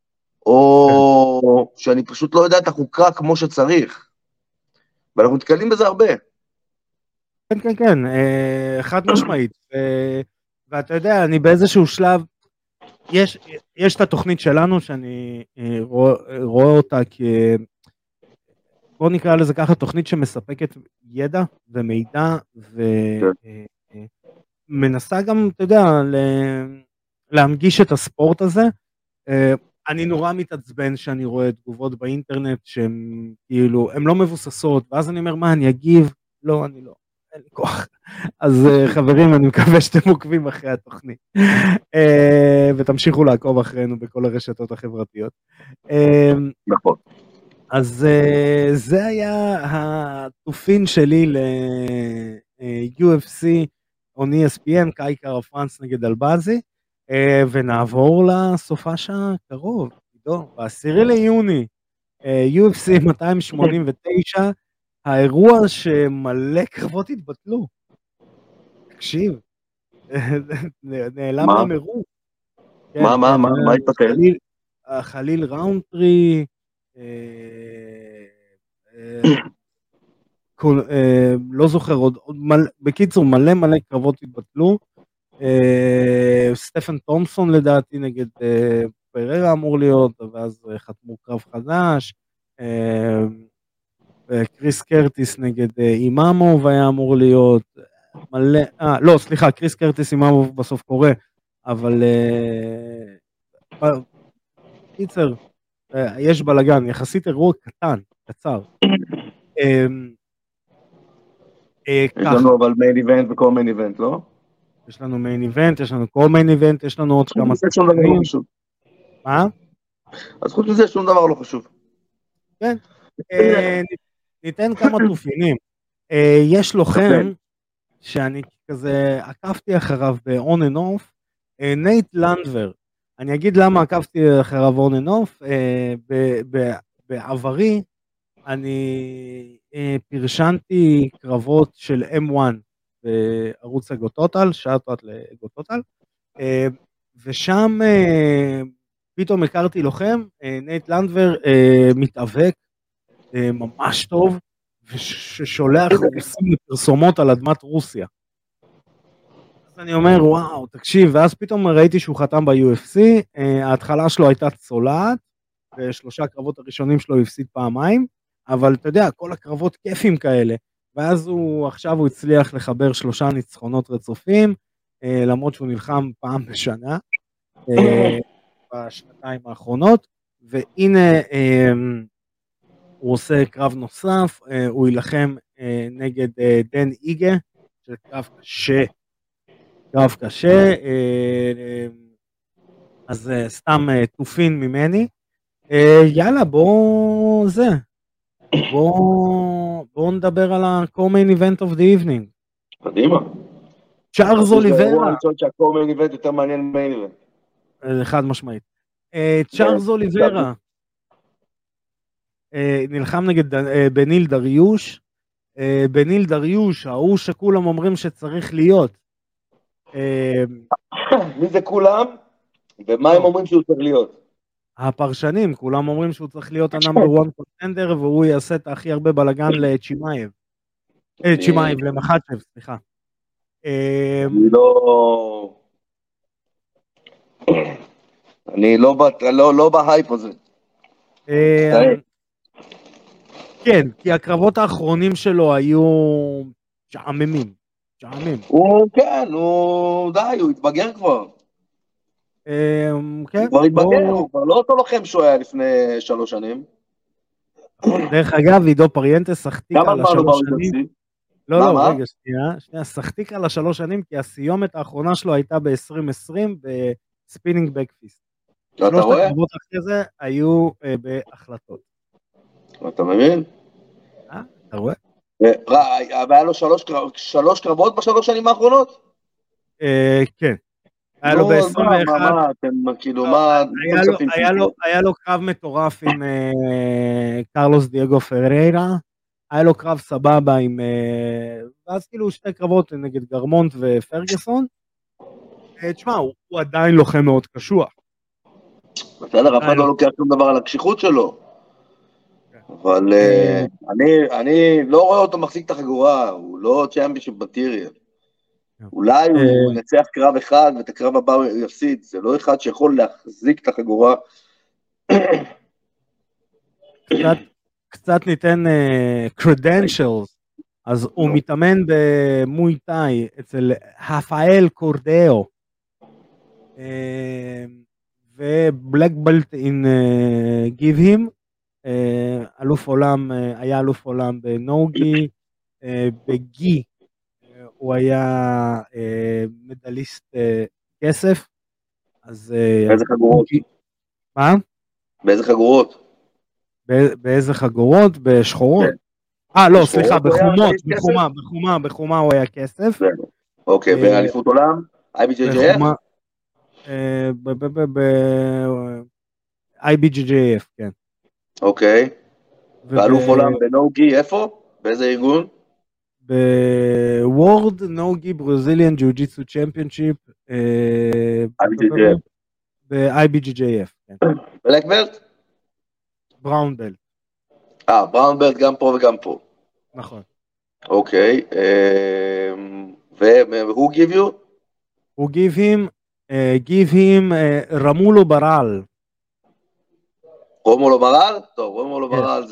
או שאני פשוט לא יודע את החוקה כמו שצריך. ואנחנו מתקלים בזה הרבה. כן, כן, כן, חד משמעית. ואתה יודע, אני באיזשהו שלב, יש את התוכנית שלנו, שאני רואה אותה בוא נקרא לזה ככה, תוכנית שמספקת ידע ומידע, ומנסה גם, אתה יודע, להנגיש את הספורט הזה. אני נורא מתעצבן שאני רואה תגובות באינטרנט שהן כאילו, הן לא מבוססות, ואז אני אומר, מה, אני אגיב? לא, אני לא, אין לי כוח. אז חברים, אני מקווה שאתם עוקבים אחרי התוכנית, ותמשיכו לעקוב אחרינו בכל הרשתות החברתיות. נכון. אז זה היה התופין שלי ל-UFC on ESPN, קאי קארה פרנס נגד אלבזי, ונעבור לסופש הקרוב, ב10 ליוני, UFC 289, האירוע שמלא קרבות התבטלו. תקשיב, נעלם למרוץ. מה התבטל? חליל ראונטרי, לא זוכר עוד, בקיצור מלא קרבות התבטלו. סטפן תומפסון לדעתי נגד פררה אמור להיות, ואז חתמו קרב חדש. קריס קרטיס נגד אימאמוב היה אמור להיות מלא, לא סליחה, קריס קרטיס אימאמוב בסוף קורה, אבל קיצר, יש בלגן, יחסית אירוע קטן, קצר. יש לנו אבל מיין איבנט וכל מיין איבנט, לא? יש לנו מיין איבנט, יש לנו כל מיין איבנט, יש לנו עוד כמה סקשנים. מה? אז חוץ מזה שום דבר לא חשוב. כן, ניתן כמה תופינים. יש לוחם שאני כזה עקבתי אחריו ב-on and off, נייט לנדבר. אני אגיד למה עקבתי אחריו on and off. בעברי אני פרשנתי קרבות של M1 בערוץ אגוטוטל, שעטות לאגוטוטל, ושם פתאום הכרתי לוחם, נייט לנדבר מתאבק ממש טוב, וששולח רוסים לפרסומות על אדמת רוסיה. אז אני אומר, וואו, תקשיב, ואז פתאום ראיתי שהוא חתם ב-UFC, ההתחלה שלו הייתה צולעת, ושלושה קרבות הראשונים שלו הפסיד פעמיים, אבל אתה יודע, כל הקרבות כיפים כאלה, ואז עכשיו הוא הצליח לחבר 3 ניצחונות רצופים, למרות שהוא נלחם פעם בשנה, בשנתיים האחרונות, והנה הוא עושה קרב נוסף, הוא ילחם נגד דן איגה, שזה קרב קשה, אז סתם תופין ממני. יאללה, בואו נדבר על ה-co-main event of the evening. קדימה. צ'ארלס אוליברה. אני חושב שהקומיין איבנט יותר מעניין ממיין איבנט. חד משמעית. צ'ארלס אוליברה. נלחם נגד בניל דריוש. בניל דריוש, ההוא שכולם אומרים שצריך להיות. מי זה כולם? ומה הם אומרים שהוא צריך להיות? הפרשנים, כולם אומרים שהוא צריך להיות הנאמבר 1 קונטנדר, והוא יעשה את הכי הרבה בלגן לצ'ימאייב. צ'ימאייב, למחצ'ב, סליחה. אני לא בהייפ הזה. כן, כי הקרבות האחרונים שלו היו שעממים. כן, הוא התבגר כבר. כן. הוא כבר התבגר, הוא כבר לא אותו לוחם שהוא היה לפני 3 שנים. דרך אגב, עידו פריאנטס שחתיק על 3 שנים. לא, רגע, שנייה, שחתיק על 3 שנים, כי הסיומת האחרונה שלו הייתה ב-2020 בספינינג בקפיסט. 3 הקרבות אחרי זה היו בהחלטות. אתה מבין? אתה רואה? היה לו 3 קרבות ב3 שנים האחרונות? כן. היה לו ב-21. היה לו קרב מטורף עם קרלוס דייגו פריירה, היה לו קרב סבבה עם, ואז כאילו 2 קרבות נגד גרמונט ופרגסון. תשמע, הוא עדיין לוחם מאוד קשוח. בסדר, אף אחד לא לוקח שום דבר על הקשיחות שלו. אבל אני לא רואה אותו מחזיק את החגורה, הוא לא צ'אמפיונשיפ מטריאל. אולי הוא ינצח קרב אחד ואת הקרב הבא הוא יפסיד, זה לא אחד שיכול להחזיק את החגורה. קצת ניתן credentials, אז הוא מתאמן במוי טאי אצל הפאל קורדאו, ובלק בלט אין גיב הים, אלוף עולם, היה אלוף עולם בנוגי, בגי, הוא היה מדליסט כסף. באיזה חגורות? מה? באיזה חגורות? באיזה חגורות? בשחורות? לא, סליחה, בחומות, בחומה הוא היה כסף. אוקיי, באליפות עולם? IBJJF? IBJJF, כן. אוקיי. ואלוף עולם בנוגי, איפה? באיזה ארגון? בוורד נוגי ברזיליאן ג'יו-ג'יטסו צ'מפיונשיפ. IBJJF. ב-IBJJF, כן. בלק בלט? בראון בלט. בראון בלט גם פה וגם פה. נכון. אוקיי. והוא give you? הוא give him רמולו ברל. רומולו ברל? טוב, רומולו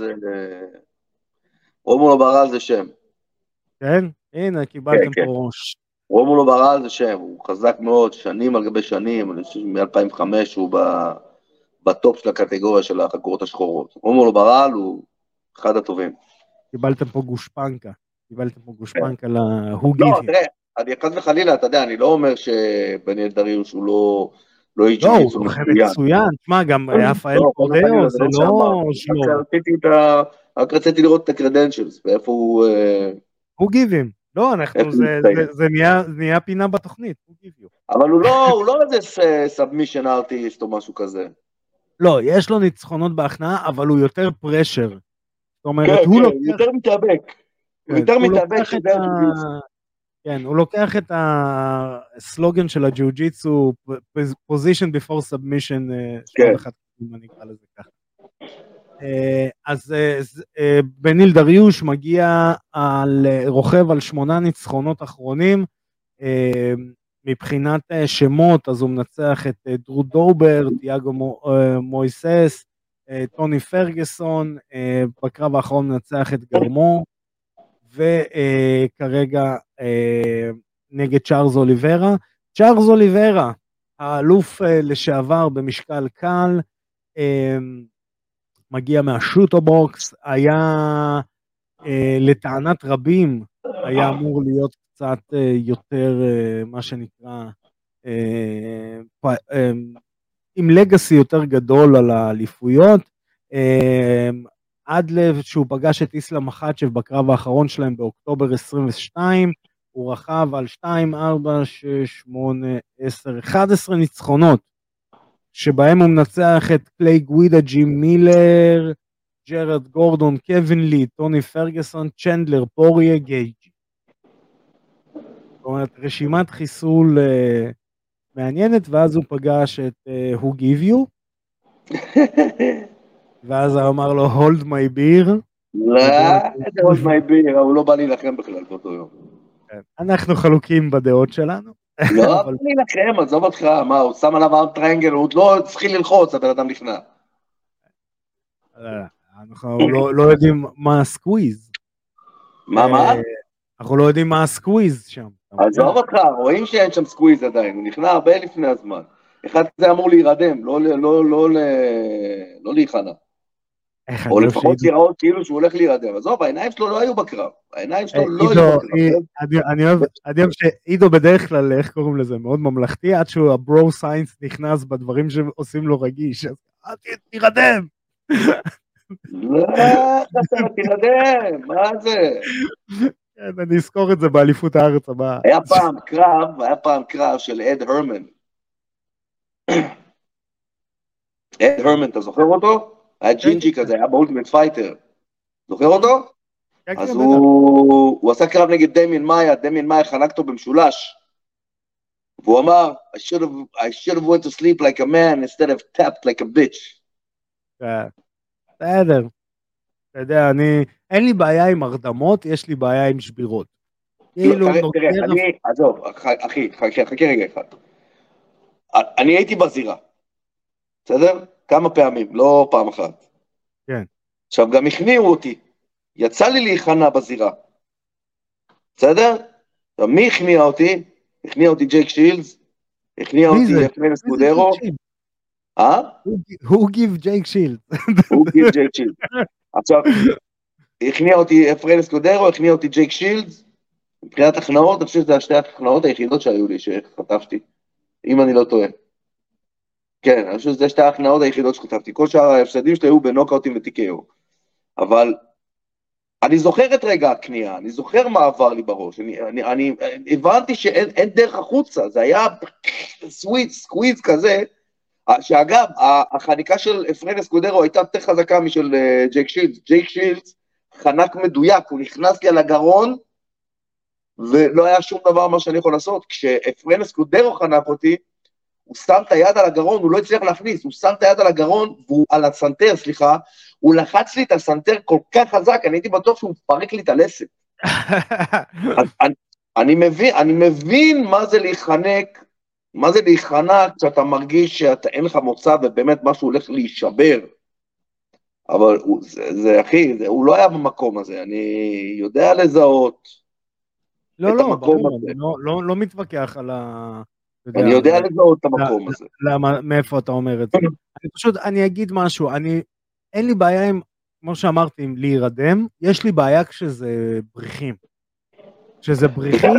ברל זה שם. כן? הנה, קיבלתם פה ראש. רומולו ברל זה שם, הוא חזק מאוד, שנים על גבי שנים, אני חושב מ-2005 הוא בטופ של הקטגוריה של החגורות השחורות. רומולו ברל הוא אחד הטובים. קיבלתם פה גושפנקה להוא גיבי. לא, תראה, אני אחד וחלילה, אתה יודע, אני לא אומר שבניאל דריוש הוא לא איג'י גיצו מצוין. תשמע, גם רפאל קורדאו, זה לא שלום. רק רציתי לראות את הקרדנשלס, ואיפה הוא... הוא גיבים. לא, זה נהיה פינה בתוכנית, הוא גיביו. אבל הוא לא איזה סאבמישן ארטיסט או משהו כזה. לא, יש לו ניצחונות בהכנעה, אבל הוא יותר פרשר. זאת אומרת, הוא יותר מתאבק. הוא יותר מתאבק שזה הג'ו-ג'יטסו. כן, הוא לוקח את הסלוגן של הג'ו-ג'יטסו, position before submission, שעוד אחת, אם אני אקרא לזה ככה. אז בניל דריוש מגיע רוכב על 8 ניצחונות אחרונים, מבחינת שמות, אז הוא מנצח את דרו דובר, דיאגו מויסס, טוני פרגסון, בקרב האחרון מנצח את גרמו, וכרגע נגד צ'ארלס אוליברה. צ'ארלס אוליברה, האלוף לשעבר במשקל קל, מגיע מהשוטו בוקס, היה לטענת רבים, היה אמור להיות קצת יותר, מה שנקרא, עם לגאסי יותר גדול על האליפויות, עד שהוא פגש את איסלאם מחצ'ב בקרב האחרון שלהם באוקטובר 22, הוא רכב על 2, 4, 6, 8, 10, 11 ניצחונות, שבהם הוא מנצח את קליי גווידה, ג'ים מילר, ג'רד גורדון, קווין לי, טוני פרגוסון, צ'נדלר, פוריה, גייג'. זאת אומרת, רשימת חיסול מעניינת, ואז הוא פגש את Who Give You, ואז הוא אמר לו, hold my beer. לא, זה hold my beer, הוא לא בא להילחם בכלל באותו יום. אנחנו חלוקים בדעות שלנו. לא בא להילחם, עזוב אותך, מה, הוא שם עליו ארם טריינגל, הוא לא צריך ללחוץ, הבן אדם נכנע. אנחנו לא יודעים מה הסקוויז. מה? אנחנו לא יודעים מה הסקוויז שם. עזוב אותך, רואים שאין שם סקוויז עדיין, הוא נכנע הרבה לפני הזמן. אחד זה אמור להירדם, לא להיכנע. או לפחות שיראות כאילו שהוא הולך להירדם. עזוב, העיניים שלו לא היו בקרב. העיניים שלו לא היו בקרב. אני אוהב שעידו בדרך כלל, איך קוראים לזה, מאוד ממלכתי, עד שהוא הברו סיינס נכנס בדברים שעושים לו רגיש. אז תירדם. לא, תירדם, מה זה? אני אזכור את זה באליפות הארץ הבאה. היה פעם קרב של אד הרמן. אד הרמן, אתה זוכר אותו? היה ג'ינג'י כזה, היה באולטימט פייטר. זוכר אותו? אז הוא עשה קרב נגד דמיין מאיה, דמיין מאיה חנק אותו במשולש. והוא אמר, I should have went to sleep like a man instead of tapped like a bitch. בסדר. אתה יודע, אין לי בעיה עם הרדמות, יש לי בעיה עם שבירות. תראה, עזוב, אחי, חכה רגע אחד. אני הייתי בזירה. בסדר? כמה פעמים, לא פעם אחת. כן. עכשיו גם הכניעו אותי. יצא לי להיכנע בזירה. בסדר? מי הכניע אותי? הכניע אותי ג'ייק שילס, הכניע אותי פרנס קודרו. Who give ג'ייק שילס? Who give ג'ייק שילס? עכשיו, הכניע אותי פרנס קודרו, הכניע אותי ג'ייק שילס. מבחינת הכנעות, אני חושב שזה השתי הכנעות היחידות שהיו לי, שחטפתי. אם אני לא טועה. כן, אני חושב שזה שתי ההכנעות היחידות שכתבתי, כל שאר ההפסדים שלי היו בנוקאוטים וטיקאו, אבל אני זוכר את רגע הקנייה, אני זוכר מה עבר לי בראש, אני הבנתי שאין דרך החוצה, זה היה סקוויז כזה, שאגב, החניקה של פרנס קודרו הייתה יותר חזקה משל ג'ייק שילס, ג'ייק שילס חנק מדויק, הוא נכנס לי על הגרון, ולא היה שום דבר מה שאני יכול לעשות, כשפרנס קודרו חנק אותי, הוא שם את היד על הגרון, הוא לא הצליח להכניס, הוא שם את היד על הגרון, על הסנטר, סליחה, הוא לחץ לי את הסנטר כל כך חזק, אני הייתי בטוח שהוא מפרק לי את הלסת. אני מבין מה זה להיחנק, מה זה להיכנע, כשאתה מרגיש שאין לך מוצא, ובאמת משהו הולך להישבר. אבל זה, אחי, הוא לא היה במקום הזה, אני יודע לזהות את המקום הזה. לא מתווכח על ה... אני יודע לזהות את המקום הזה. למה, מאיפה אתה אומר את זה? אני אגיד משהו, אין לי בעיה עם, כמו שאמרתי, עם להירדם, יש לי בעיה כשזה בריחים. כשזה בריחים,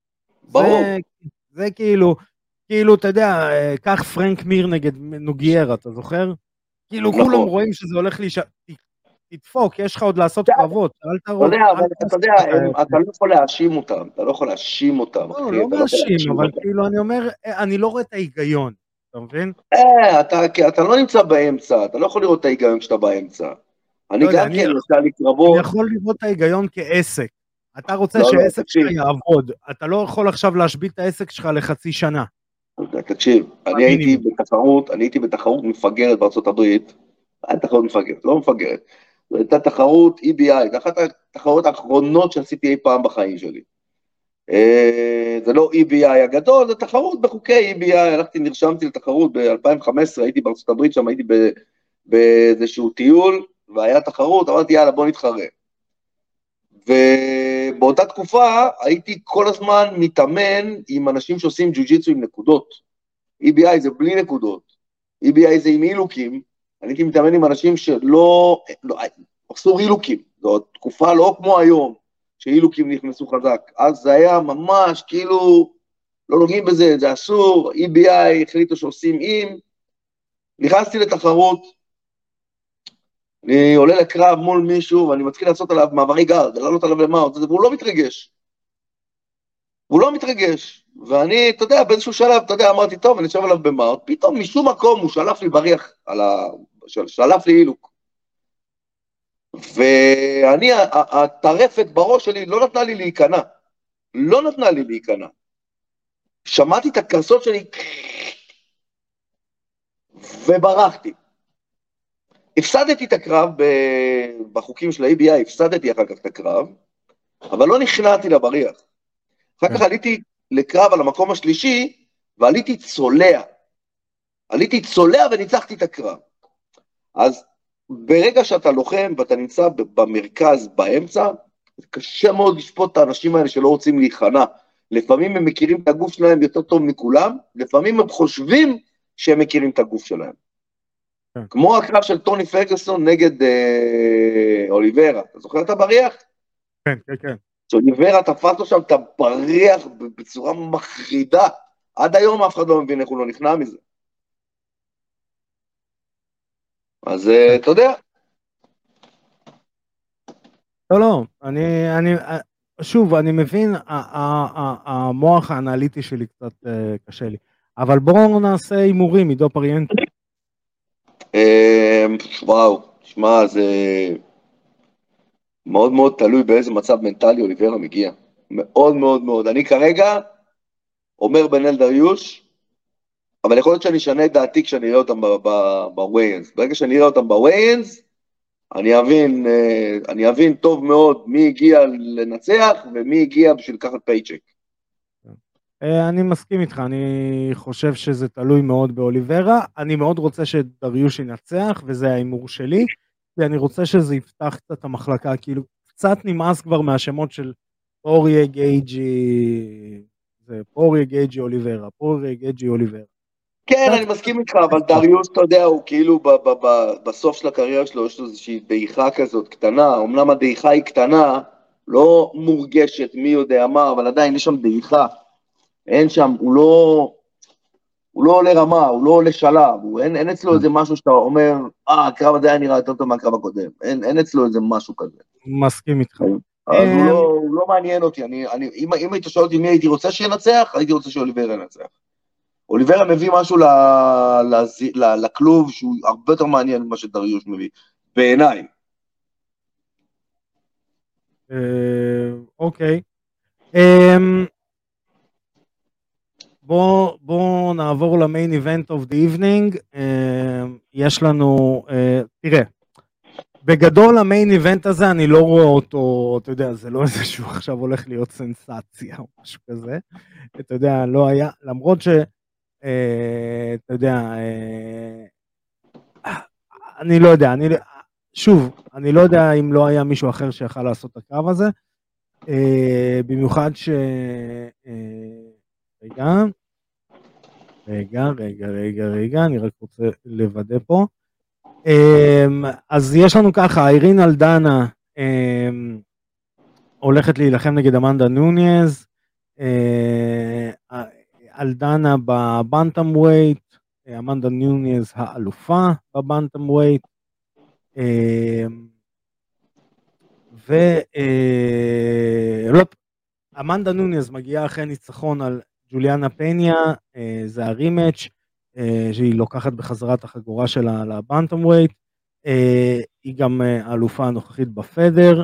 זה כאילו, אתה יודע, כך פרנק מיר נגד נוגיירה, אתה זוכר? כאילו כולם רואים שזה הולך תדפוק, יש לך עוד לעשות קרבות. אתה יודע, אתה לא יכול להאשים אותם, אתה לא יכול להאשים אותם. לא מאשים, אבל כאילו אני אומר, אני לא רואה את ההיגיון, אתה מבין? אתה לא נמצא באמצע, אתה לא יכול לראות את ההיגיון כשאתה באמצע. אני גם כן רוצה לקרבות. אני יכול לראות את ההיגיון כעסק. אתה רוצה שהעסק שלך יעבוד, אתה לא יכול עכשיו להשבית את העסק שלך לחצי שנה. תקשיב, אני הייתי בתחרות מפגרת בארצות הברית, הייתה תחרות מפגרת, לא מפגרת. זו הייתה תחרות EBI, זו אחת התחרות האחרונות שעשיתי אי פעם בחיים שלי. זה לא EBI הגדול, זה תחרות בחוקי EBI, נרשמתי לתחרות ב-2015, הייתי בארצות הברית, שם הייתי באיזשהו טיול, והיה תחרות, אמרתי יאללה בוא נתחרה. ובאותה תקופה הייתי כל הזמן מתאמן עם אנשים שעושים ג'ו-ג'יצו עם נקודות. EBI זה בלי נקודות, EBI זה עם אילוקים, אני הייתי מתאמן עם אנשים שלא, עשו אילוקים, זו תקופה לא כמו היום, שאילוקים נכנסו חזק, אז זה היה ממש כאילו, לא נוגעים בזה, זה אסור, EBI החליטו שעושים עם, נכנסתי לתחרות, אני עולה לקרב מול מישהו, ואני מתחיל לעשות עליו מעברי גארד, לעלות עליו למאוט, והוא לא מתרגש. הוא לא מתרגש, ואני, אתה יודע, באיזשהו שלב, אתה יודע, אמרתי, טוב, אני אשב עליו במאוט, פתאום משום מקום הוא שלף לי בריח, שלף לי אילוק. ואני, הטרפת בראש שלי לא נתנה לי להיכנע. לא נתנה לי להיכנע. שמעתי את הקרסות שלי, וברחתי. הפסדתי את הקרב בחוקים של ה-ABI, הפסדתי אחר כך את הקרב, אבל לא נכנעתי לבריח. אחר כך עליתי לקרב על המקום השלישי, ועליתי צולע. עליתי צולע וניצחתי את הקרב. אז ברגע שאתה לוחם ואתה נמצא במרכז, באמצע, זה קשה מאוד לשפוט את האנשים האלה שלא רוצים להיכנע. לפעמים הם מכירים את הגוף שלהם יותר טוב מכולם, לפעמים הם חושבים שהם מכירים את הגוף שלהם. כמו הקרב של טוני פרגוסון נגד אוליברה. אתה זוכר את הבריח? כן, כן, כן. שאוליברה תפס לו שם את הבריח בצורה מחרידה. עד היום אף אחד לא מבין איך הוא לא נכנע מזה. אז אתה יודע. לא, שוב, אני מבין, המוח האנליטי שלי קצת קשה לי. אבל בואו נעשה הימורים, עידו פריאנטי. וואו, שמע, זה מאוד מאוד תלוי באיזה מצב מנטלי אוליברה מגיע. מאוד מאוד מאוד. אני כרגע אומר בנאל דריוש, אבל יכול להיות שאני אשנה את דעתי כשאני אראה אותם בוויינס. ברגע שאני אראה אותם בוויינס, אני אבין טוב מאוד מי הגיע לנצח ומי הגיע בשביל לקחת פייצ'ק. אני מסכים איתך, אני חושב שזה תלוי מאוד באוליברה, אני מאוד רוצה שדריוש ינצח, וזה ההימור שלי, ואני רוצה שזה יפתח קצת המחלקה, כאילו קצת נמאס כבר מהשמות של פוריה גייג'י, זה פוריה גייג'י אוליברה, פוריה גייג'י אוליברה. כן, אני מסכים איתך, אבל דריוש, אתה יודע, הוא כאילו בסוף של הקריירה שלו, יש לו איזושהי דעיכה כזאת קטנה, אמנם הדעיכה היא קטנה, לא מורגשת, מי יודע מה, אבל עדיין יש שם דעיכה. אין שם, הוא לא עולה רמה, הוא לא עולה שלב, אין אצלו איזה משהו שאתה אומר, הקרב הזה היה נראה יותר טוב מהקרב הקודם, אין אצלו איזה משהו כזה. מסכים איתך. אז הוא לא מעניין אותי, אם היית שואל אותי מי הייתי רוצה שינצח, הייתי רוצה שאוליברה ינצח. אוליברה מביא משהו לכלוב שהוא הרבה יותר מעניין ממה שדריוש מביא, בעיניי. אוקיי. בוא נעבור למיין איבנט אוף די איבנינג. יש לנו, תראה, בגדול המיין איבנט הזה אני לא רואה אותו, אתה יודע, זה לא איזה שהוא עכשיו הולך להיות סנסציה או משהו כזה, אתה יודע, לא היה, למרות ש, אתה יודע, אני לא יודע, שוב, אני לא יודע אם לא היה מישהו אחר שיכל לעשות את הקרב הזה, במיוחד ש... רגע, אני רק רוצה לוודא פה. אז יש לנו ככה, אירין אלדנה הולכת להילחם נגד אמנדה נוניז, אלדנה בבנטם ווייט, אמנדה נוניז האלופה בבנטם ווייט, אמנדה נוניז מגיעה אחרי ניצחון על ג'וליאנה פניה, זה הרימץ' שהיא לוקחת בחזרה את החגורה שלה לבנטם ווייט, היא גם האלופה הנוכחית בפדר,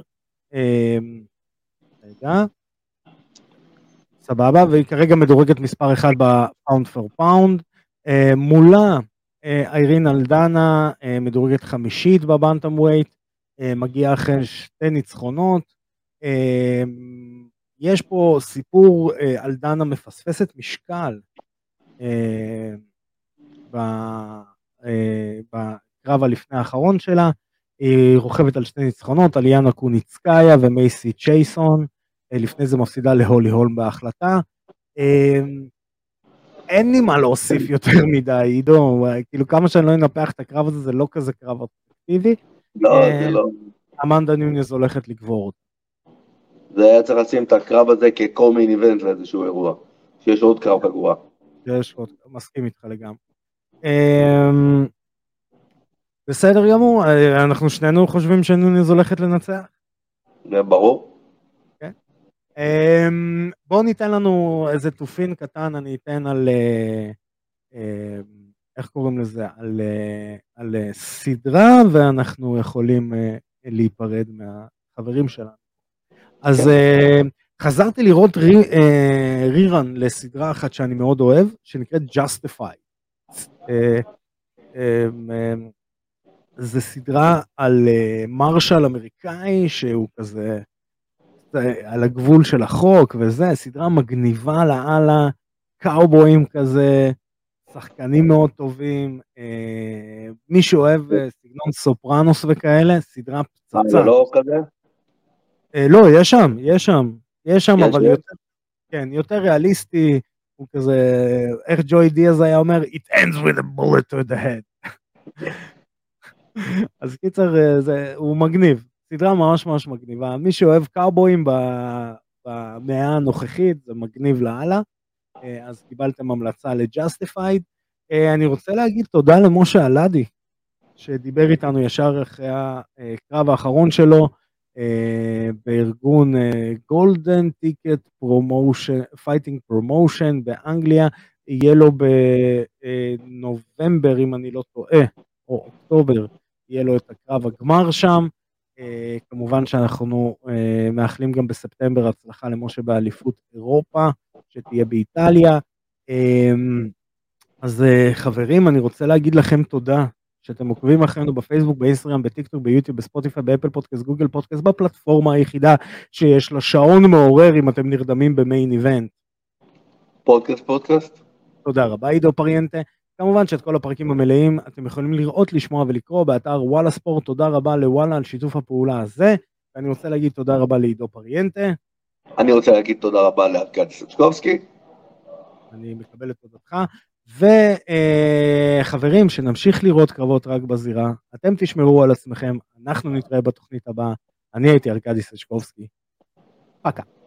רגע, סבבה, והיא כרגע מדורגת מספר 1 בפאונד פור פאונד, מולה אירין אלדנה מדורגת 5 בבנטם ווייט, מגיעה אחרי 2 ניצחונות, יש פה סיפור אלדנה מפספסת משקל בקרב הלפני האחרון שלה, היא רוכבת על 2 ניצחונות, אליאנה קוניצקאיה ומייסי צ'ייסון, לפני זה מפסידה להולי הולם בהחלטה, אין לי מה להוסיף יותר מדי, עידו, כאילו כמה שאני לא אנפח את הקרב הזה, זה לא כזה קרב אטרקטיבי, לא, זה לא. אמנדה נוניז הולכת לגבור אותו. זה היה צריך לשים את הקרב הזה כ-co-main event לאיזשהו אירוע, שיש עוד קרב בגרוע. יש עוד, מסכים איתך לגמרי. בסדר גמור, אנחנו שנינו חושבים שנוניז הולכת לנצח? זה ברור. בואו ניתן לנו איזה תופין קטן, אני אתן על, איך קוראים לזה, על סדרה, ואנחנו יכולים להיפרד מהחברים שלנו. אז חזרתי לראות רירן לסדרה אחת שאני מאוד אוהב, שנקראת Justified. זה סדרה על מרשל אמריקאי שהוא כזה על הגבול של החוק וזה, סדרה מגניבה לאללה, קאובויים כזה, שחקנים מאוד טובים, מי שאוהב סגנון סופרנוס וכאלה, סדרה פצצה. זה לא כזה? לא, יש שם, אבל יותר, כן, יותר ריאליסטי, הוא כזה, איך ג'וי דיאז היה אומר, it ends with a bullet to the head. אז קיצר, הוא מגניב, סדרה ממש ממש מגניבה, מי שאוהב קאובויים במאה הנוכחית, זה מגניב לאללה, אז קיבלתם המלצה ל-Justified. אני רוצה להגיד תודה למשה אלעדי, שדיבר איתנו ישר אחרי הקרב האחרון שלו, בארגון גולדן טיקט פייטינג פרומושן באנגליה, יהיה לו בנובמבר אם אני לא טועה, או אוקטובר, יהיה לו את הקרב הגמר שם, כמובן שאנחנו מאחלים גם בספטמבר הצלחה למשה באליפות אירופה, שתהיה באיטליה. אז חברים, אני רוצה להגיד לכם תודה, שאתם עוקבים אחרינו בפייסבוק, באינסטגרם, בטיקטוק, ביוטיוב, בספוטיפיי, באפל פודקאסט, גוגל פודקאסט, בפלטפורמה היחידה שיש לה שעון מעורר אם אתם נרדמים במיין איבנט. פודקאסט. תודה רבה, עידו פריאנטה. כמובן שאת כל הפרקים המלאים אתם יכולים לראות, לשמוע ולקרוא באתר וואלה ספורט. תודה רבה לוואלה על שיתוף הפעולה הזה, ואני רוצה להגיד תודה רבה לעידו פריאנטה. אני רוצה להגיד תודה רבה לארגדי סצ'קובסקי. אני מקבל את תודתך. וחברים, שנמשיך לראות קרבות רק בזירה, אתם תשמרו על עצמכם, אנחנו נתראה בתוכנית הבאה, אני הייתי ארכדי סצ'קובסקי, פקה.